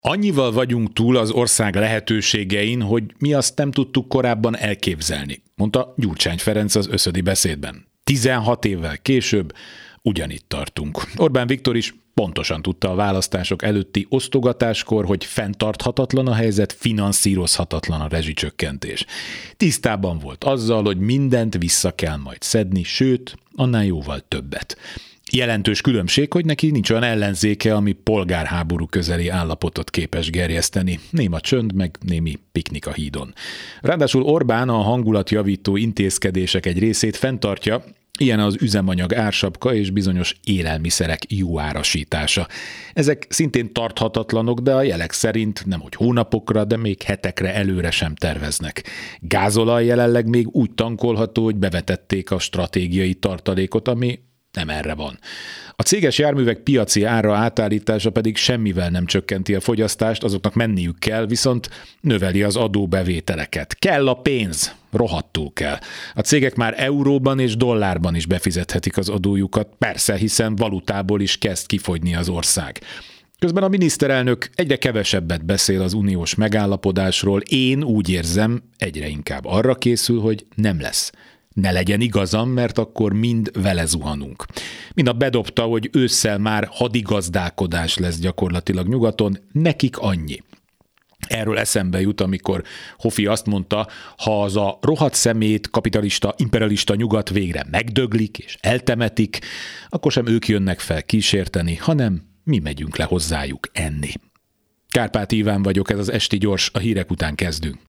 Annyival vagyunk túl az ország lehetőségein, hogy mi azt nem tudtuk korábban elképzelni, mondta Gyurcsány Ferenc az összödi beszédben. 16 évvel később ugyanitt tartunk. Orbán Viktor is pontosan tudta a választások előtti osztogatáskor, hogy fenntarthatatlan a helyzet, finanszírozhatatlan a rezsicsökkentés. Tisztában volt azzal, hogy mindent vissza kell majd szedni, sőt, annál jóval többet. Jelentős különbség, hogy neki nincs olyan ellenzéke, ami polgárháború közeli állapotot képes gerjeszteni. Néma csönd, meg némi piknik a hídon. Ráadásul Orbán a hangulatjavító intézkedések egy részét fenntartja, ilyen az üzemanyag ársapka és bizonyos élelmiszerek jó árasítása. Ezek szintén tarthatatlanok, de a jelek szerint nemhogy hónapokra, de még hetekre előre sem terveznek. Gázolaj jelenleg még úgy tankolható, hogy bevetették a stratégiai tartalékot, ami nem erre van. A céges járművek piaci ára átállítása pedig semmivel nem csökkenti a fogyasztást, azoknak menniük kell, viszont növeli az adóbevételeket. Kell a pénz, rohadtul kell. A cégek már euróban és dollárban is befizethetik az adójukat, persze, hiszen valutából is kezd kifogyni az ország. Közben a miniszterelnök egyre kevesebbet beszél az uniós megállapodásról, én úgy érzem, egyre inkább arra készül, hogy nem lesz. Ne legyen igazam, mert akkor mind vele zuhanunk. Mindnap bedobta, hogy ősszel már hadigazdálkodás lesz gyakorlatilag nyugaton, nekik annyi. Erről eszembe jut, amikor Hofi azt mondta, ha az a rohadt szemét, kapitalista, imperialista nyugat végre megdöglik és eltemetik, akkor sem ők jönnek fel kísérteni, hanem mi megyünk le hozzájuk enni. Kárpáti Iván vagyok, ez az Esti Gyors, a hírek után kezdünk.